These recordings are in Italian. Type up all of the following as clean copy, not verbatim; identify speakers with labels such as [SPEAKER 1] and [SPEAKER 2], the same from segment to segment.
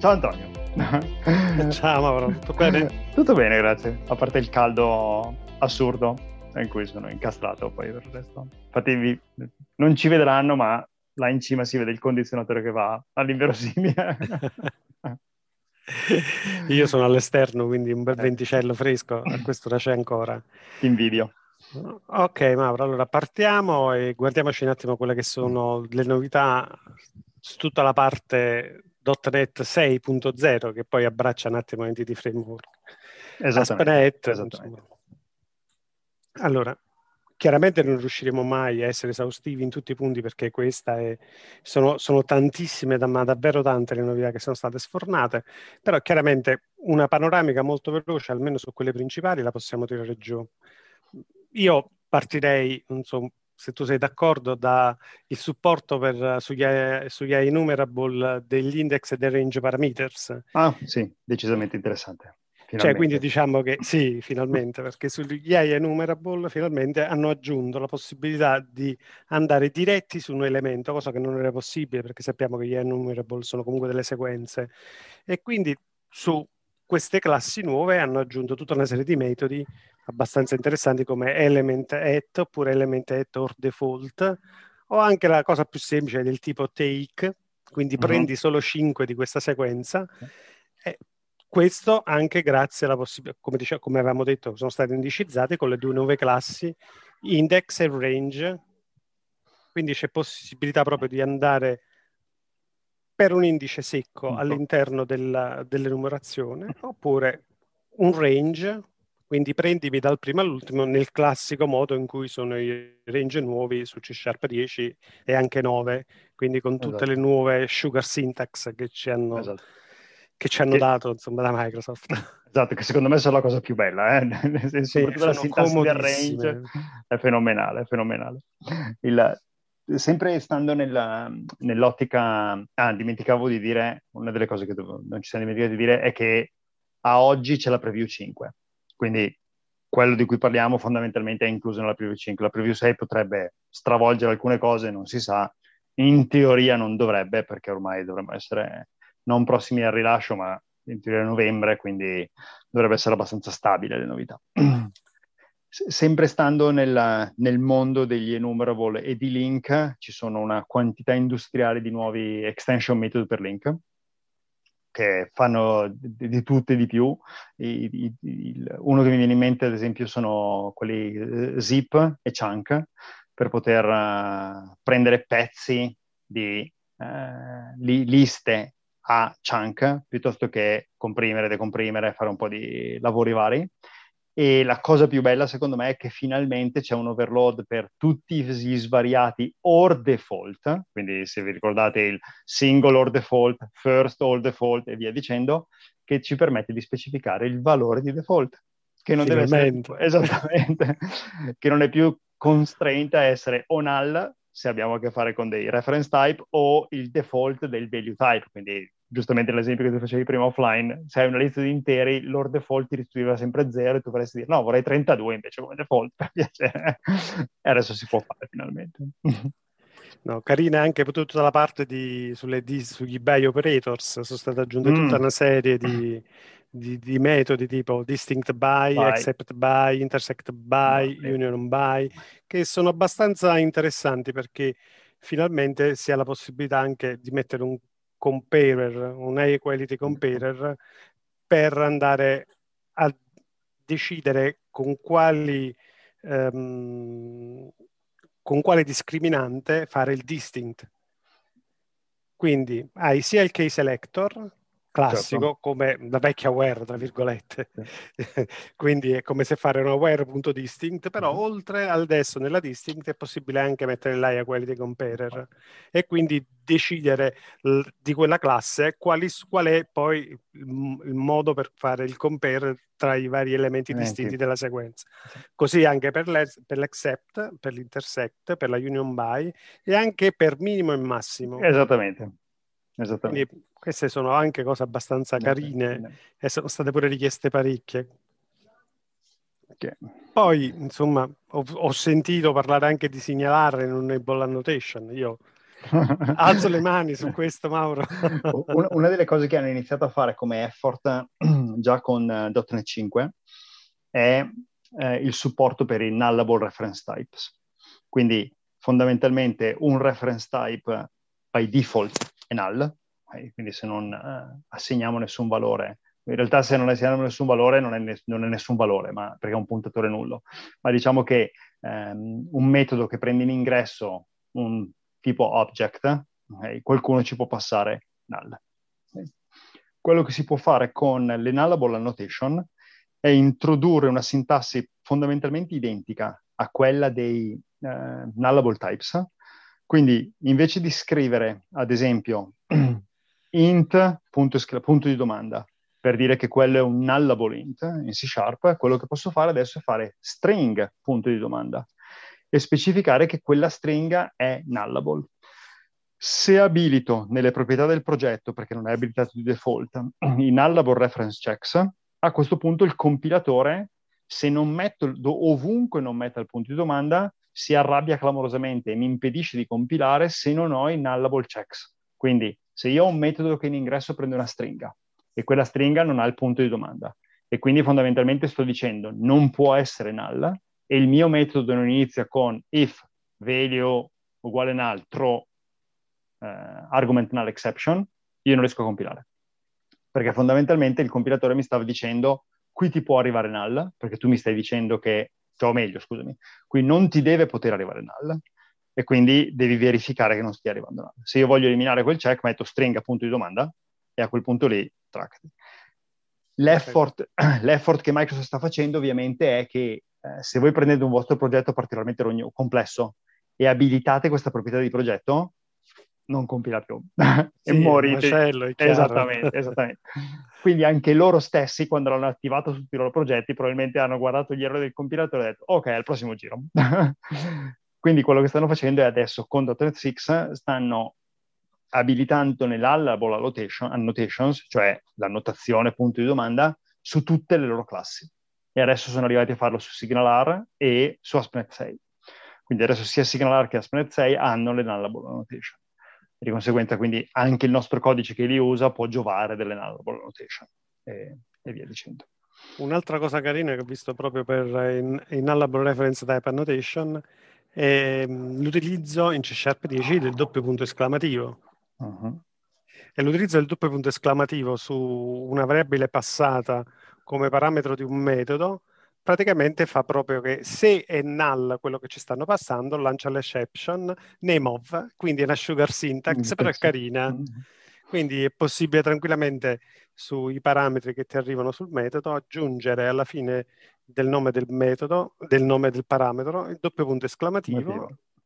[SPEAKER 1] Ciao Antonio.
[SPEAKER 2] Ciao Mauro, tutto bene?
[SPEAKER 1] Tutto bene, grazie. A parte il caldo assurdo in cui sono incastrato poi per il resto. Infatti non ci vedranno, ma là in cima si vede il condizionatore che va all'inverosimile.
[SPEAKER 2] Io sono all'esterno, quindi un bel
[SPEAKER 1] Sì.
[SPEAKER 2] venticello fresco, a quest'ora c'è ancora.
[SPEAKER 1] Ti invidio.
[SPEAKER 2] Ok, Mauro, allora partiamo e guardiamoci un attimo quelle che sono le novità su tutta la parte .NET 6.0 che poi abbraccia un attimo Entity Framework.
[SPEAKER 1] Esattamente,
[SPEAKER 2] ASP.NET, insomma.
[SPEAKER 1] esattamente.
[SPEAKER 2] Allora, chiaramente non riusciremo mai a essere esaustivi in tutti i punti perché sono tantissime, ma davvero tante le novità che sono state sfornate, però chiaramente una panoramica molto veloce, almeno su quelle principali, la possiamo tirare giù. Io partirei, non so se tu sei d'accordo, da il supporto sugli enumerable degli index e dei range parameters.
[SPEAKER 1] Ah, sì, decisamente interessante.
[SPEAKER 2] Cioè, quindi
[SPEAKER 1] Finalmente.
[SPEAKER 2] diciamo che sì, finalmente, perché sugli AI enumerable finalmente hanno aggiunto la possibilità di andare diretti su un elemento, cosa che non era possibile perché sappiamo che gli AI enumerable sono comunque delle sequenze. E quindi su queste classi nuove hanno aggiunto tutta una serie di metodi abbastanza interessanti come element at oppure element at or default, o anche la cosa più semplice del tipo take, quindi
[SPEAKER 1] Mhm.
[SPEAKER 2] prendi solo 5 di questa sequenza. E questo anche grazie alla possibilità, come avevamo detto, sono state indicizzate con le due nuove classi, index e range, quindi c'è possibilità proprio di andare per un indice secco
[SPEAKER 1] Punto.
[SPEAKER 2] all'interno dell'enumerazione, oppure un range, quindi prendimi dal primo all'ultimo nel classico modo in cui sono i range nuovi su C Sharp 10 e anche 9, quindi con tutte le
[SPEAKER 1] Esatto,
[SPEAKER 2] nuove sugar syntax
[SPEAKER 1] esatto.
[SPEAKER 2] che ci hanno
[SPEAKER 1] Che,
[SPEAKER 2] dato insomma da Microsoft.
[SPEAKER 1] esatto, che secondo me sono la cosa più bella,
[SPEAKER 2] Sì,
[SPEAKER 1] soprattutto la
[SPEAKER 2] sono
[SPEAKER 1] sintassi del range
[SPEAKER 2] comodissime.
[SPEAKER 1] è fenomenale, è fenomenale. Il- sempre stando nell'ottica, dimenticavo di dire, una delle cose che non ci siamo dimenticati di dire è che a oggi c'è la preview 5, quindi quello di cui parliamo fondamentalmente è incluso nella preview 5. La preview 6 potrebbe stravolgere alcune cose, non si sa, in teoria non dovrebbe, perché ormai dovremmo essere non prossimi al rilascio, ma in teoria a novembre, quindi dovrebbe essere abbastanza stabile le novità. Sempre stando nel mondo degli enumerable e di link, ci sono una quantità industriale di nuovi extension method per link che fanno di tutto e di più. Uno che mi viene in mente, ad esempio, sono quelli zip e chunk, per poter prendere pezzi di liste a chunk, piuttosto che comprimere, decomprimere, fare un po' di lavori vari. E la cosa più bella, secondo me, è che finalmente c'è un overload per tutti gli svariati or default, quindi se vi ricordate il single or default, first or default e via dicendo, che ci permette di specificare il valore di default, che non deve essere più,
[SPEAKER 2] Finalmente.
[SPEAKER 1] esattamente, che non è più constraint a essere o null, se abbiamo a che fare con dei reference type, o il default del value type, quindi giustamente l'esempio che tu facevi prima offline, se hai una lista di interi, l'or default ti restituiva sempre 0 e tu vorresti dire no, vorrei 32 invece come default, per piacere. E adesso si può fare finalmente.
[SPEAKER 2] No, carina anche tutta la parte sugli buy operators, sono state aggiunte tutta una serie di metodi tipo distinct buy,
[SPEAKER 1] Vai,
[SPEAKER 2] accept buy, intersect buy,
[SPEAKER 1] vai.
[SPEAKER 2] union buy, che sono abbastanza interessanti perché finalmente si ha la possibilità anche di mettere un comparer, un high quality comparer per andare a decidere ehm, con quale discriminante fare il distinct. Quindi hai sia il key selector,
[SPEAKER 1] Certo.
[SPEAKER 2] classico, come la vecchia where, tra virgolette,
[SPEAKER 1] Sì.
[SPEAKER 2] quindi è come se fare una where.distinct, però
[SPEAKER 1] Mhm.
[SPEAKER 2] oltre adesso nella distinct è possibile anche mettere l'area quality comparer e quindi decidere di quella classe qual è poi il modo per fare il compare tra i vari elementi distinti
[SPEAKER 1] Elementi.
[SPEAKER 2] della sequenza.
[SPEAKER 1] Sì.
[SPEAKER 2] Così anche per l'accept, per l'intersect, per la union by e anche per minimo e massimo.
[SPEAKER 1] Esattamente.
[SPEAKER 2] Quindi
[SPEAKER 1] Esattamente.
[SPEAKER 2] queste sono anche cose abbastanza carine e sono state pure richieste parecchie.
[SPEAKER 1] Che-
[SPEAKER 2] Poi, insomma, ho sentito parlare anche di segnalare in un enable annotation. Io Alzo le mani su questo, Mauro.
[SPEAKER 1] Una delle cose che hanno iniziato a fare come effort già con .NET 5 è il supporto per i nullable reference types. Quindi fondamentalmente un reference type by default è null, quindi se non assegniamo nessun valore, in realtà se non assegniamo nessun valore non è nessun valore, ma perché è un puntatore nullo. Ma diciamo che un metodo che prende in ingresso un tipo object, qualcuno ci può passare null. Quello che si può fare con le nullable annotation è introdurre una sintassi fondamentalmente identica a quella dei nullable types. Quindi invece di scrivere, ad esempio, int punto di domanda, per dire che quello è un nullable int in C#, quello che posso fare adesso è fare string punto di domanda e specificare che quella stringa è nullable. Se abilito nelle proprietà del progetto, perché non è abilitato di default, i nullable reference checks, a questo punto il compilatore, se non metto, ovunque non metta il punto di domanda, si arrabbia clamorosamente e mi impedisce di compilare se non ho i nullable checks. Quindi se io ho un metodo che in ingresso prende una stringa e quella stringa non ha il punto di domanda e quindi fondamentalmente sto dicendo non può essere null e il mio metodo non inizia con if value uguale null throw argument null exception, io non riesco a compilare. Perché fondamentalmente il compilatore mi stava dicendo qui ti può arrivare null, perché tu mi stai dicendo che, cioè, o meglio, scusami, qui non ti deve poter arrivare null, e quindi devi verificare che non stia arrivando null. Se io voglio eliminare quel check, metto stringa punto di domanda, e a quel punto lì track. L'effort che Microsoft sta facendo ovviamente è che se voi prendete un vostro progetto particolarmente complesso e abilitate questa proprietà di progetto, non compila più e
[SPEAKER 2] Sì, è un
[SPEAKER 1] morite.
[SPEAKER 2] macello, è chiaro.
[SPEAKER 1] Esattamente. Quindi anche loro stessi, quando l'hanno attivato su tutti i loro progetti, probabilmente hanno guardato gli errori del compilatore e hanno detto ok, al prossimo giro. Quindi quello che stanno facendo è adesso con .NET 6 stanno abilitando nell'allable annotations, cioè l'annotazione punto di domanda, su tutte le loro classi. E adesso sono arrivati a farlo su SignalR e su ASP.NET 6. Quindi adesso sia SignalR che ASP.NET 6 hanno le nullable annotation. Di conseguenza, quindi anche il nostro codice che li usa può giovare delle nullable annotation e via dicendo.
[SPEAKER 2] Un'altra cosa carina che ho visto proprio per in Nullable Reference Type Annotation è l'utilizzo in C# 10 del doppio punto esclamativo.
[SPEAKER 1] Uh-huh.
[SPEAKER 2] E l'utilizzo del doppio punto esclamativo su una variabile passata come parametro di un metodo praticamente fa proprio che se è null quello che ci stanno passando, lancia l'exception, name of, quindi è una sugar syntax, però è carina. Quindi è possibile tranquillamente sui parametri che ti arrivano sul metodo aggiungere alla fine del nome del metodo, del nome del parametro, il doppio punto esclamativo.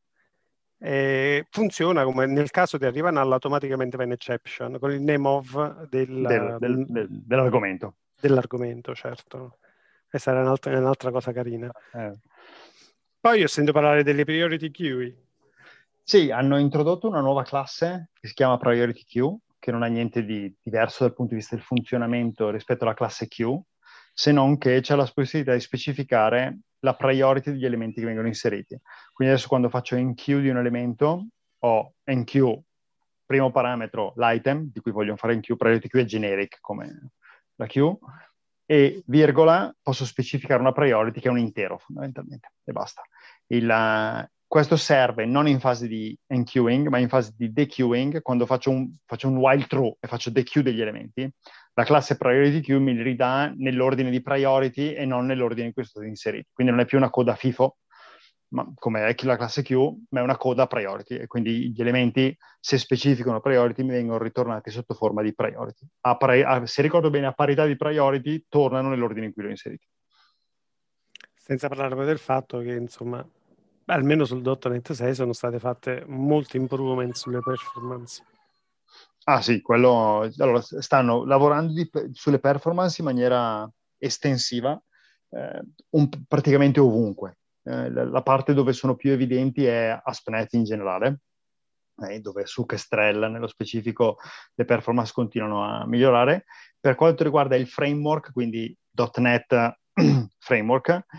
[SPEAKER 2] E funziona come nel caso ti arriva null, automaticamente va in exception con il name of
[SPEAKER 1] dell'argomento.
[SPEAKER 2] Dell'argomento, certo. Questa era un'altra cosa carina.
[SPEAKER 1] Eh.
[SPEAKER 2] Poi ho sentito parlare delle priority queue.
[SPEAKER 1] Sì, hanno introdotto una nuova classe che si chiama Priority Queue, che non ha niente di diverso dal punto di vista del funzionamento rispetto alla classe queue, se non che c'è la possibilità di specificare la priority degli elementi che vengono inseriti. Quindi adesso quando faccio enqueue di un elemento, ho enqueue, primo parametro, l'item, di cui voglio fare enqueue, priority queue è generic come la queue, e virgola, posso specificare una priority che è un intero fondamentalmente, e basta. Questo serve non in fase di enqueuing, ma in fase di dequeuing, quando faccio un while true e faccio dequeue degli elementi, la classe priority queue mi li ridà nell'ordine di priority e non nell'ordine in cui sono stati inseriti. Quindi non è più una coda FIFO, ma come è la classe queue, ma è una coda priority, e quindi gli elementi, se specificano priority, mi vengono ritornati sotto forma di priority. Se ricordo bene, a parità di priority, tornano nell'ordine in cui li ho inseriti.
[SPEAKER 2] Senza parlare poi del fatto che, insomma, almeno sul .NET 6 sono state fatte molti improvement sulle performance.
[SPEAKER 1] Ah sì, quello. Allora, stanno lavorando sulle performance in maniera estensiva, praticamente ovunque. La parte dove sono più evidenti è ASP.NET in generale, dove su Kestrel nello specifico le performance continuano a migliorare. Per quanto riguarda il framework, quindi .NET Framework,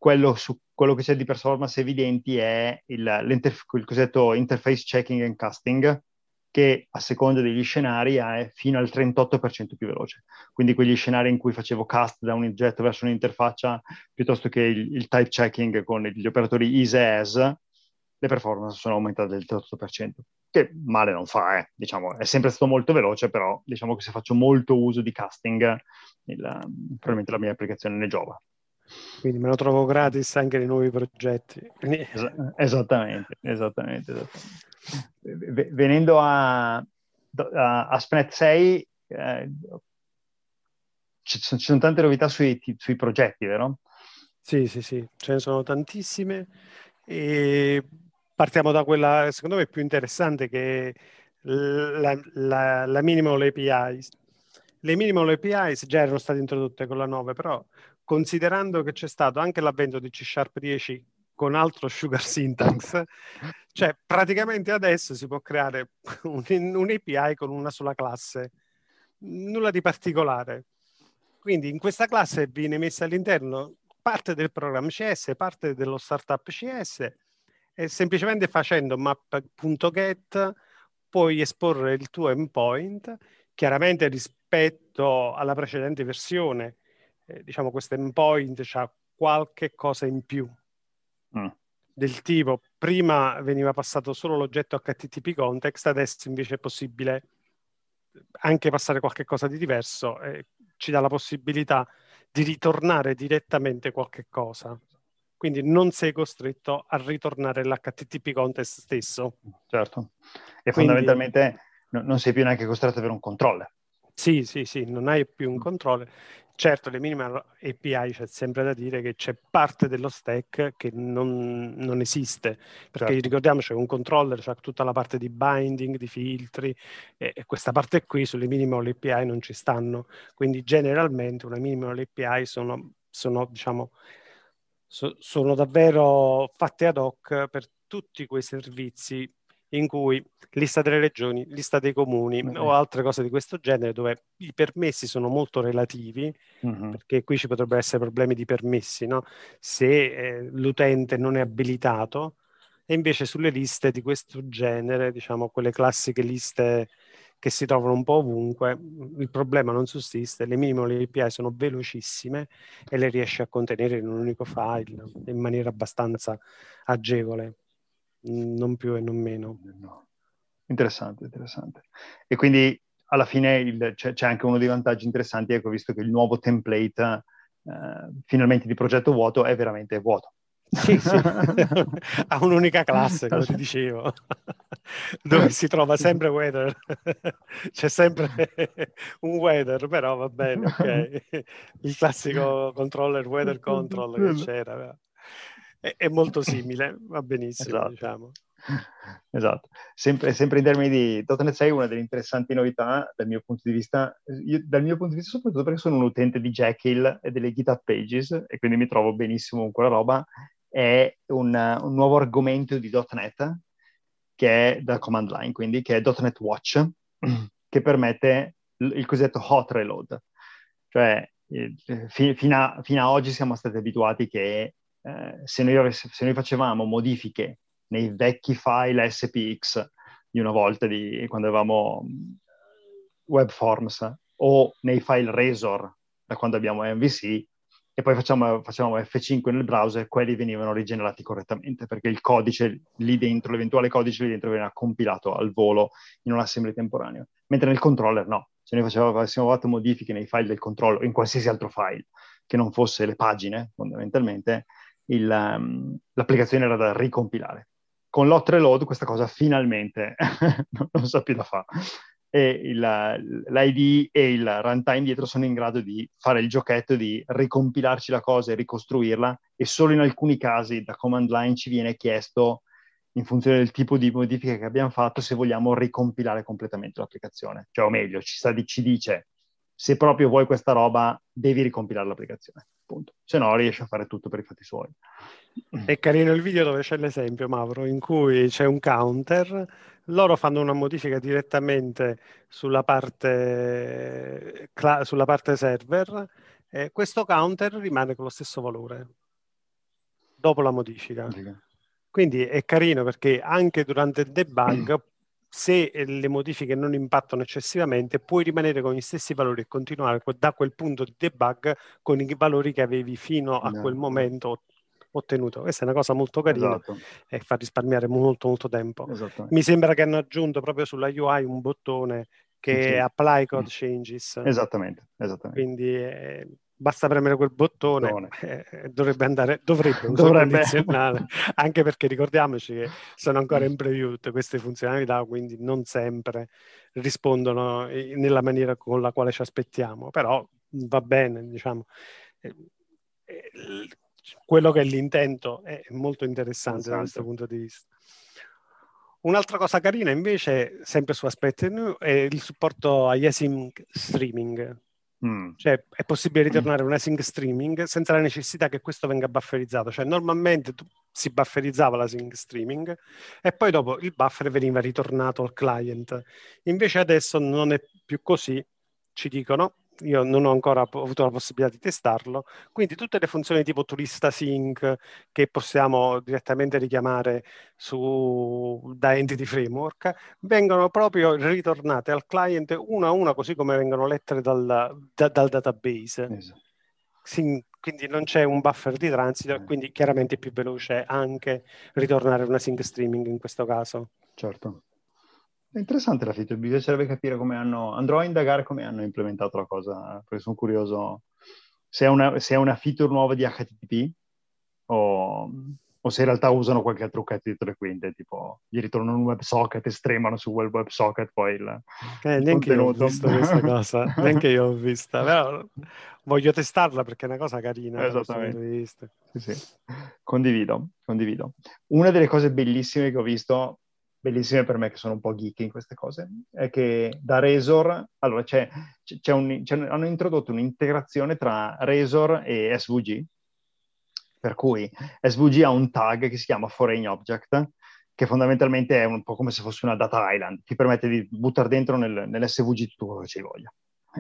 [SPEAKER 1] quello che c'è di performance evidenti è il cosiddetto interface checking and casting, che a seconda degli scenari è fino al 38% più veloce. Quindi quegli scenari in cui facevo cast da un oggetto verso un'interfaccia, piuttosto che il type checking con gli operatori is e as, le performance sono aumentate del 38%, che male non fa, diciamo, è sempre stato molto veloce, però diciamo che se faccio molto uso di casting, probabilmente la mia applicazione ne giova.
[SPEAKER 2] Quindi me lo trovo gratis anche nei nuovi progetti.
[SPEAKER 1] Esattamente. Venendo a Spnet 6, ci sono tante novità sui progetti, vero?
[SPEAKER 2] Sì, ce ne sono tantissime e partiamo da quella, secondo me, più interessante, che è la Minimal APIs. Le Minimal APIs già erano state introdotte con la 9, però considerando che c'è stato anche l'avvento di C Sharp 10 con altro sugar syntax, cioè praticamente adesso si può creare un API con una sola classe, nulla di particolare. Quindi in questa classe viene messa all'interno parte del programma CS, parte dello startup CS, e semplicemente facendo map.get puoi esporre il tuo endpoint, chiaramente rispetto alla precedente versione. Diciamo questo endpoint ha qualche cosa in più, del tipo prima veniva passato solo l'oggetto HTTP context, adesso invece è possibile anche passare qualche cosa di diverso, ci dà la possibilità di ritornare direttamente qualche cosa. Quindi non sei costretto a ritornare l'HTTP context stesso.
[SPEAKER 1] Certo. E
[SPEAKER 2] Quindi
[SPEAKER 1] fondamentalmente non sei più neanche costretto per un controller.
[SPEAKER 2] sì, non hai più un controller. Certo, le minimal API c'è sempre da dire che c'è parte dello stack che non esiste, perché
[SPEAKER 1] Certo.
[SPEAKER 2] ricordiamoci che un controller c'ha tutta la parte di binding, di filtri, e questa parte qui sulle minimal API non ci stanno. Quindi generalmente una minimal API diciamo, sono davvero fatte ad hoc per tutti quei servizi in cui lista delle regioni, lista dei comuni o altre cose di questo genere, dove i permessi sono molto relativi, perché qui ci potrebbero essere problemi di permessi, no? Se l'utente non è abilitato, e invece sulle liste di questo genere, diciamo quelle classiche liste che si trovano un po' ovunque, il problema non sussiste, le minime API sono velocissime e le riesci a contenere in un unico file in maniera abbastanza agevole, non più e non meno.
[SPEAKER 1] No. Interessante. E quindi alla fine c'è anche uno dei vantaggi interessanti, ecco, visto che il nuovo template finalmente di progetto vuoto è veramente vuoto.
[SPEAKER 2] Sì, ha un'unica classe, come ti dicevo, dove si trova sempre weather, c'è sempre un weather, però va bene, ok, il classico controller, weather controller che c'era, è molto simile, va benissimo, diciamo.
[SPEAKER 1] Esatto. Sempre in termini di .NET 6, una delle interessanti novità dal mio punto di vista, soprattutto perché sono un utente di Jekyll e delle GitHub Pages, e quindi mi trovo benissimo con quella roba, è un nuovo argomento di .NET, che è da command line, quindi, che è .NET Watch, che permette il cosiddetto hot reload. Cioè, fino a oggi siamo stati abituati che se noi facevamo modifiche nei vecchi file SPX di una volta, quando avevamo web forms, o nei file Razor da quando abbiamo MVC, e poi facevamo F5 nel browser, quelli venivano rigenerati correttamente, perché il codice lì dentro, l'eventuale codice lì dentro veniva compilato al volo in un assembly temporaneo. Mentre nel controller no. Se noi avessimo fatto modifiche nei file del controller, in qualsiasi altro file, che non fosse le pagine, fondamentalmente, l'applicazione era da ricompilare. Con l'hot reload questa cosa finalmente non sa più da fare. E l'IDE e il runtime dietro sono in grado di fare il giochetto di ricompilarci la cosa e ricostruirla, e solo in alcuni casi da command line ci viene chiesto, in funzione del tipo di modifica che abbiamo fatto, se vogliamo ricompilare completamente l'applicazione. Cioè, o meglio, ci dice, se proprio vuoi questa roba, devi ricompilare l'applicazione. Punto. Se no, riesci a fare tutto per i fatti suoi.
[SPEAKER 2] È carino il video dove c'è l'esempio, Mauro, in cui c'è un counter, loro fanno una modifica direttamente sulla parte server, e questo counter rimane con lo stesso valore. dopo la modifica. Quindi è carino perché anche durante il debug, se le modifiche non impattano eccessivamente, puoi rimanere con gli stessi valori e continuare da quel punto di debug con i valori che avevi fino a quel momento ottenuto. Questa è una cosa molto carina,
[SPEAKER 1] esatto.
[SPEAKER 2] E fa risparmiare molto molto tempo.
[SPEAKER 1] Esattamente.
[SPEAKER 2] Mi sembra che hanno aggiunto proprio sulla UI un bottone che è Apply Code Changes.
[SPEAKER 1] Esattamente.
[SPEAKER 2] Quindi basta premere quel bottone, dovrebbe un condizionale, anche perché ricordiamoci che sono ancora in preview tutte queste funzionalità, quindi non sempre rispondono nella maniera con la quale ci aspettiamo, però va bene, diciamo. Quello che è l'intento è molto interessante da questo punto di vista. Un'altra cosa carina invece, sempre su Aspect New, è il supporto agli async streaming. Cioè è possibile ritornare un async streaming senza la necessità che questo venga bufferizzato. Cioè normalmente si bufferizzava l'async streaming e poi dopo il buffer veniva ritornato al client. Invece adesso non è più così, ci dicono. Io non ho ancora avuto la possibilità di testarlo, quindi tutte le funzioni tipo turista sync che possiamo direttamente richiamare da Entity Framework vengono proprio ritornate al client una a una, così come vengono lette dal database. Quindi non c'è un buffer di transito e quindi chiaramente è più veloce anche ritornare una sync streaming in questo caso.
[SPEAKER 1] Certo. È interessante la feature, mi piacerebbe capire andrò a indagare come hanno implementato la cosa, perché sono curioso se è una feature nuova di HTTP o se in realtà usano qualche altro trucchetto dietro le quinte, tipo gli ritornano un WebSocket, estremano su quel WebSocket poi il
[SPEAKER 2] neanche io ho
[SPEAKER 1] contenuto.
[SPEAKER 2] visto questa cosa, neanche io ho vista, però voglio testarla perché è una cosa carina da questo punto di vista.
[SPEAKER 1] Sì. Condivido. Una delle cose bellissime che ho visto, bellissime per me che sono un po' geek in queste cose, è che da Razor, allora hanno introdotto un'integrazione tra Razor e SVG, per cui SVG ha un tag che si chiama Foreign Object, che fondamentalmente è un po' come se fosse una data island, ti permette di buttare dentro nell'SVG tutto quello che ci voglia.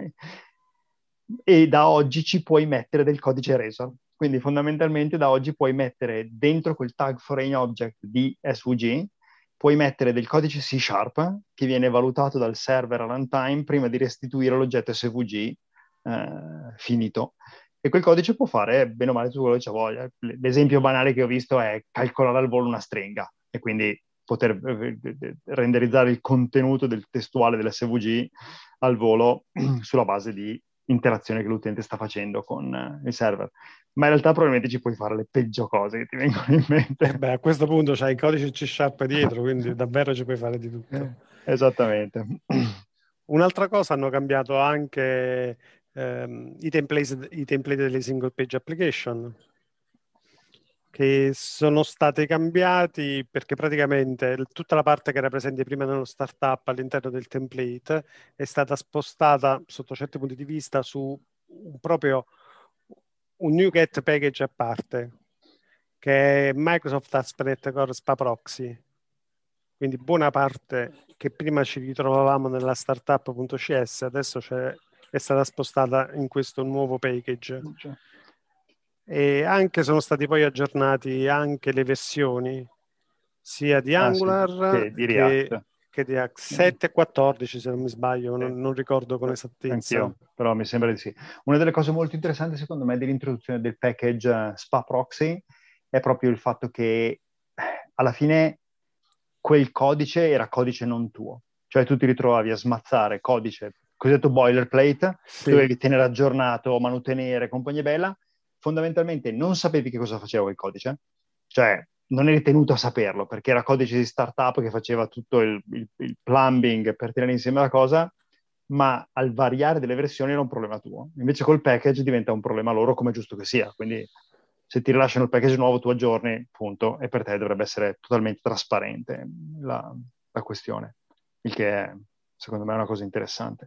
[SPEAKER 1] E da oggi ci puoi mettere del codice Razor. Quindi fondamentalmente da oggi puoi mettere dentro quel tag foreign object di SVG, puoi mettere del codice C# che viene valutato dal server a runtime prima di restituire l'oggetto SVG finito. E quel codice può fare bene o male tutto quello che c'è voglia. L'esempio banale che ho visto è calcolare al volo una stringa e quindi poter renderizzare il contenuto del testuale dell'SVG al volo sulla base di interazione che l'utente sta facendo con il server. Ma in realtà probabilmente ci puoi fare le peggio cose che ti vengono in mente.
[SPEAKER 2] A questo punto c'hai il codice C# dietro, quindi davvero ci puoi fare di tutto.
[SPEAKER 1] Esattamente.
[SPEAKER 2] Un'altra cosa, hanno cambiato anche i template delle single page application, che sono stati cambiati perché praticamente tutta la parte che era presente prima nello startup all'interno del template è stata spostata sotto certi punti di vista su proprio un NuGet package a parte, che è Microsoft ASP.NET Core SPA Proxy. Quindi buona parte che prima ci ritrovavamo nella startup.cs adesso è stata spostata in questo nuovo package. E anche sono stati poi aggiornati anche le versioni sia di Angular
[SPEAKER 1] di React.
[SPEAKER 2] che di React 7 e 14, se non mi sbaglio, non ricordo con esattezza.
[SPEAKER 1] Anch'io, però mi sembra di sì. Una delle cose molto interessanti secondo me dell'introduzione del package SPA Proxy è proprio il fatto che alla fine quel codice era codice non tuo, cioè tu ti ritrovavi a smazzare codice cosiddetto boilerplate,
[SPEAKER 2] Sì.
[SPEAKER 1] dovevi tenere aggiornato, manutenere, compagnia bella, fondamentalmente non sapevi che cosa faceva quel codice, cioè non eri tenuto a saperlo perché era codice di startup che faceva tutto il plumbing per tenere insieme la cosa, ma al variare delle versioni era un problema tuo. Invece col package diventa un problema loro, come è giusto che sia. Quindi se ti rilasciano il package nuovo tu aggiorni, punto, e per te dovrebbe essere totalmente trasparente la questione, il che è, secondo me, è una cosa interessante.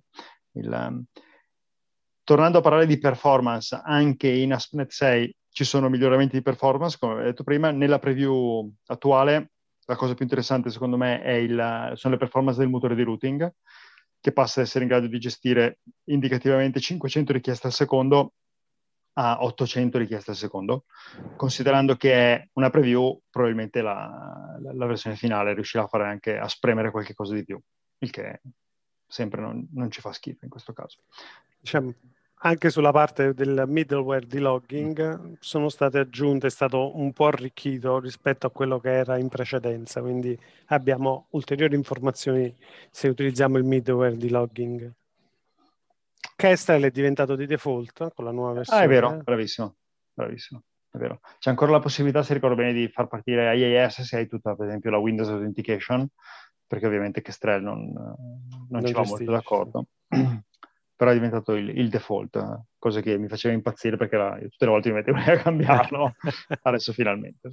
[SPEAKER 1] Tornando a parlare di performance, anche in ASP.NET 6 ci sono miglioramenti di performance, come ho detto prima. Nella preview attuale la cosa più interessante secondo me sono le performance del motore di routing, che passa ad essere in grado di gestire indicativamente 500 richieste al secondo a 800 richieste al secondo, considerando che è una preview, probabilmente la versione finale riuscirà a fare anche a spremere qualche cosa di più, il che sempre non ci fa schifo in questo caso.
[SPEAKER 2] Diciamo, anche sulla parte del middleware di logging sono state aggiunte, è stato un po' arricchito rispetto a quello che era in precedenza, quindi abbiamo ulteriori informazioni se utilizziamo il middleware di logging. Kestrel è diventato di default con la nuova
[SPEAKER 1] Ah, è vero,
[SPEAKER 2] versione.
[SPEAKER 1] bravissimo, bravissimo, è vero. C'è ancora la possibilità, se ricordo bene, di far partire IIS se hai tutta, per esempio, la Windows Authentication, perché ovviamente Kestrel non
[SPEAKER 2] Non
[SPEAKER 1] ci va molto
[SPEAKER 2] gestisce.
[SPEAKER 1] d'accordo. Però è diventato il default, cosa che mi faceva impazzire perché io tutte le volte mi mettevo a cambiarlo. Adesso finalmente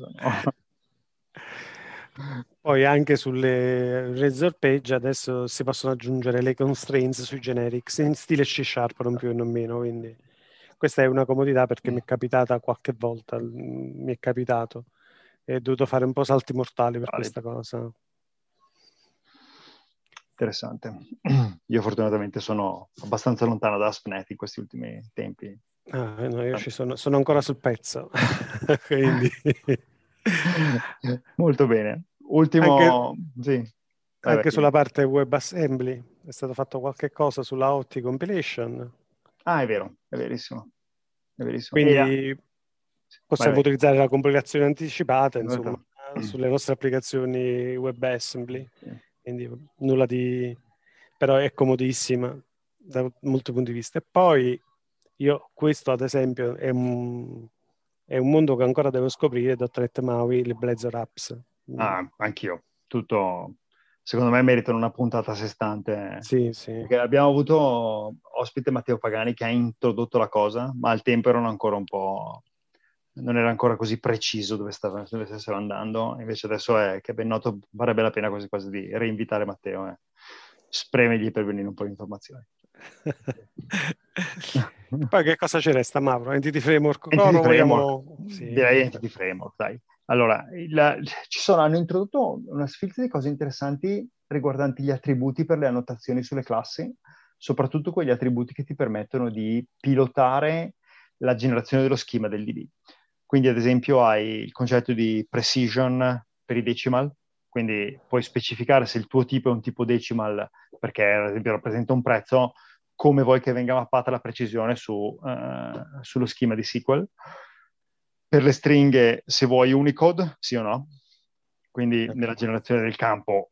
[SPEAKER 2] Poi anche sulle resort page adesso si possono aggiungere le constraints sui generics in stile C Sharp, non più e non meno, quindi questa è una comodità perché mi è capitata qualche volta, mi è capitato e ho dovuto fare un po' salti mortali per
[SPEAKER 1] Vale.
[SPEAKER 2] questa cosa.
[SPEAKER 1] Interessante. Io fortunatamente sono abbastanza lontano da ASP.NET in questi ultimi tempi.
[SPEAKER 2] No, io sono ancora sul pezzo, quindi...
[SPEAKER 1] Molto bene.
[SPEAKER 2] Anche,
[SPEAKER 1] Ultimo, sì. Vai,
[SPEAKER 2] anche sulla
[SPEAKER 1] dimmi.
[SPEAKER 2] parte WebAssembly è stato fatto qualche cosa sulla OT compilation,
[SPEAKER 1] Ah, è vero, è verissimo. È verissimo.
[SPEAKER 2] quindi
[SPEAKER 1] Vai,
[SPEAKER 2] possiamo
[SPEAKER 1] vai.
[SPEAKER 2] utilizzare la compilazione anticipata, insomma,
[SPEAKER 1] Esatto.
[SPEAKER 2] sulle nostre applicazioni WebAssembly,
[SPEAKER 1] Sì.
[SPEAKER 2] quindi nulla di... però è comodissima da molti punti di vista. E poi questo ad esempio è un mondo che ancora devo scoprire, .NET MAUI, le Blazor Apps.
[SPEAKER 1] Ah, anch'io. Tutto, secondo me, meritano una puntata a sé stante.
[SPEAKER 2] Sì, sì.
[SPEAKER 1] Perché abbiamo avuto ospite Matteo Pagani che ha introdotto la cosa, ma al tempo erano ancora un po'... non era ancora così preciso dove stessero andando. Invece adesso è che ben noto, varrebbe la pena quasi quasi di reinvitare Matteo e spremergli per venire un po' di informazioni.
[SPEAKER 2] Poi che cosa ci resta, Mauro? Entity Framework
[SPEAKER 1] Entity
[SPEAKER 2] Core o
[SPEAKER 1] Framework,
[SPEAKER 2] vogliamo... Sì,
[SPEAKER 1] direi Entity Framework, dai. Allora, hanno introdotto una sfilza di cose interessanti riguardanti gli attributi per le annotazioni sulle classi, soprattutto quegli attributi che ti permettono di pilotare la generazione dello schema del DB. Quindi, ad esempio, hai il concetto di precision per i decimal, quindi puoi specificare se il tuo tipo è un tipo decimal perché, ad esempio, rappresenta un prezzo, come vuoi che venga mappata la precisione sullo schema di SQL. Per le stringhe, se vuoi Unicode, sì o no? Quindi nella generazione del campo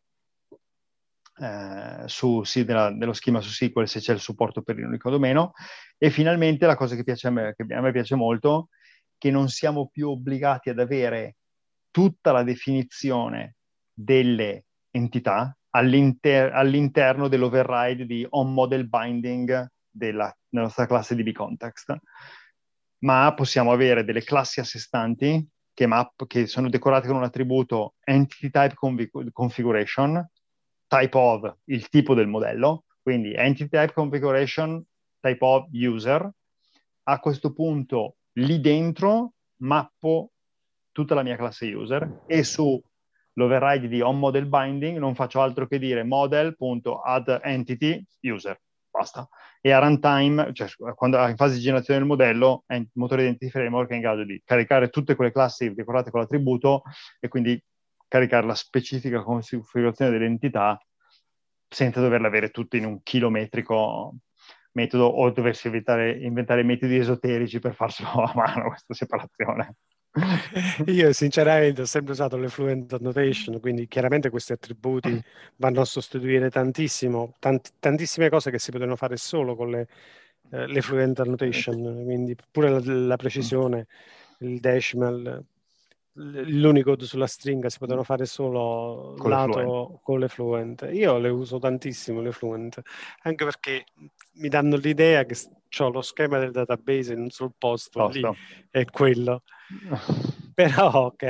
[SPEAKER 1] sì, dello schema su SQL, se c'è il supporto per l'Unicode o meno. E finalmente la cosa che a me piace molto, che non siamo più obbligati ad avere tutta la definizione delle entità all'interno dell'override di onModel binding della nostra classe DB context, ma possiamo avere delle classi a sé stanti che sono decorate con un attributo entity type configuration, type of, il tipo del modello, quindi entity type configuration, type of user. A questo punto lì dentro mappo tutta la mia classe user e su l'override di onModel binding non faccio altro che dire model.addEntity user. Basta. E a runtime, cioè quando in fase di generazione del modello, il motore Identity Framework è in grado di caricare tutte quelle classi decorate con l'attributo e quindi caricare la specifica configurazione dell'entità senza doverla avere tutte in un chilometrico metodo o doversi inventare metodi esoterici per farselo a mano questa separazione.
[SPEAKER 2] io sinceramente ho sempre usato le Fluent Annotation, quindi chiaramente questi attributi vanno a sostituire tantissime cose che si potevano fare solo con le Fluent Annotation, quindi pure la precisione, il decimal, l'Unicode sulla stringa si potevano fare solo
[SPEAKER 1] Con le Fluent.
[SPEAKER 2] lato con le Fluent. Io le uso tantissimo le Fluent, anche perché mi danno l'idea che ho lo schema del database in un solo posto, lì
[SPEAKER 1] Tosto.
[SPEAKER 2] è quello. Però ok.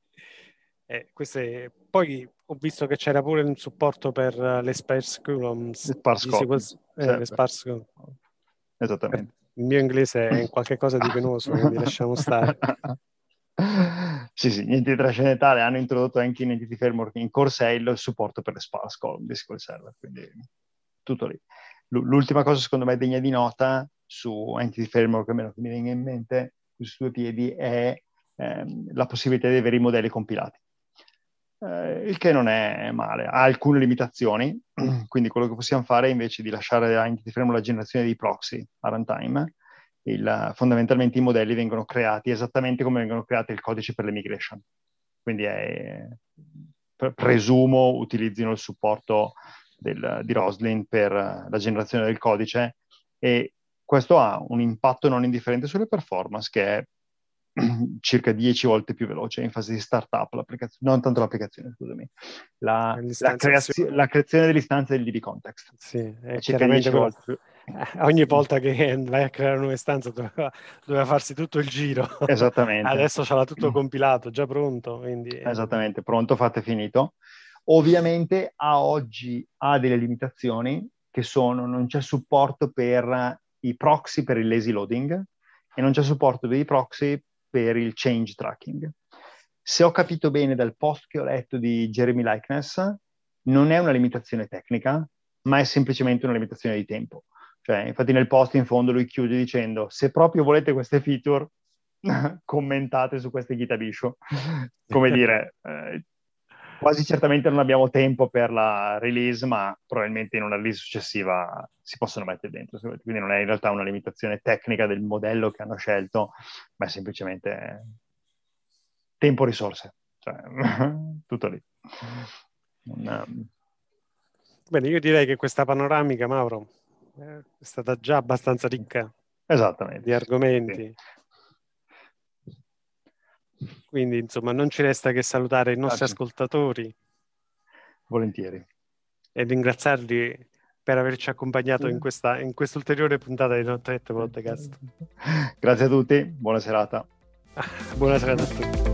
[SPEAKER 2] Poi ho visto che c'era pure un supporto per le sparse columns
[SPEAKER 1] Sparse
[SPEAKER 2] di SQL,
[SPEAKER 1] copy,
[SPEAKER 2] le
[SPEAKER 1] sempre.
[SPEAKER 2] sparse columns.
[SPEAKER 1] Esattamente.
[SPEAKER 2] Il mio inglese è in qualche cosa di penoso, quindi lasciamo stare.
[SPEAKER 1] Sì, sì, niente di trascendentale. Hanno introdotto anche in Entity Framework in Core 6 il supporto per le sparse column di SQL Server, quindi tutto lì. L'ultima cosa secondo me degna di nota su Entity Framework, almeno che mi venga in mente, su due piedi, è la possibilità di avere i modelli compilati. Il che non è male, ha alcune limitazioni, quindi quello che possiamo fare invece di lasciare a Entity Framework la generazione dei proxy a runtime, fondamentalmente i modelli vengono creati esattamente come vengono creati il codice per le migration. Quindi presumo utilizzino il supporto di Roslyn per la generazione del codice, e questo ha un impatto non indifferente sulle performance, che è circa 10 volte più veloce in fase di startup, non tanto l'applicazione, scusami, la creazione dell'istanza del DB context.
[SPEAKER 2] Sì, è
[SPEAKER 1] circa 10 volte più.
[SPEAKER 2] Ogni volta che vai a creare una istanza doveva farsi tutto il giro.
[SPEAKER 1] Esattamente.
[SPEAKER 2] Adesso ce l'ha tutto compilato, già pronto. Quindi...
[SPEAKER 1] Esattamente, pronto, fatto e finito. Ovviamente a oggi ha delle limitazioni che non c'è supporto per i proxy per il lazy loading e non c'è supporto per i proxy per il change tracking. Se ho capito bene dal post che ho letto di Jeremy Likeness, non è una limitazione tecnica, ma è semplicemente una limitazione di tempo. Cioè, infatti nel post in fondo lui chiude dicendo: se proprio volete queste feature, commentate su queste GitHub issue. Come dire, quasi certamente non abbiamo tempo per la release, ma probabilmente in una release successiva si possono mettere dentro. Quindi non è in realtà una limitazione tecnica del modello che hanno scelto, ma è semplicemente tempo-risorse. Cioè, tutto lì.
[SPEAKER 2] Bene, io direi che questa panoramica, Mauro, è stata già abbastanza ricca.
[SPEAKER 1] Esattamente,
[SPEAKER 2] di argomenti. Sì. Quindi, insomma, non ci resta che salutare i nostri ascoltatori.
[SPEAKER 1] Volentieri.
[SPEAKER 2] E ringraziarli per averci accompagnato in questa ulteriore puntata di Not Yet Podcast.
[SPEAKER 1] Grazie a tutti, buona serata.
[SPEAKER 2] Buona serata a tutti.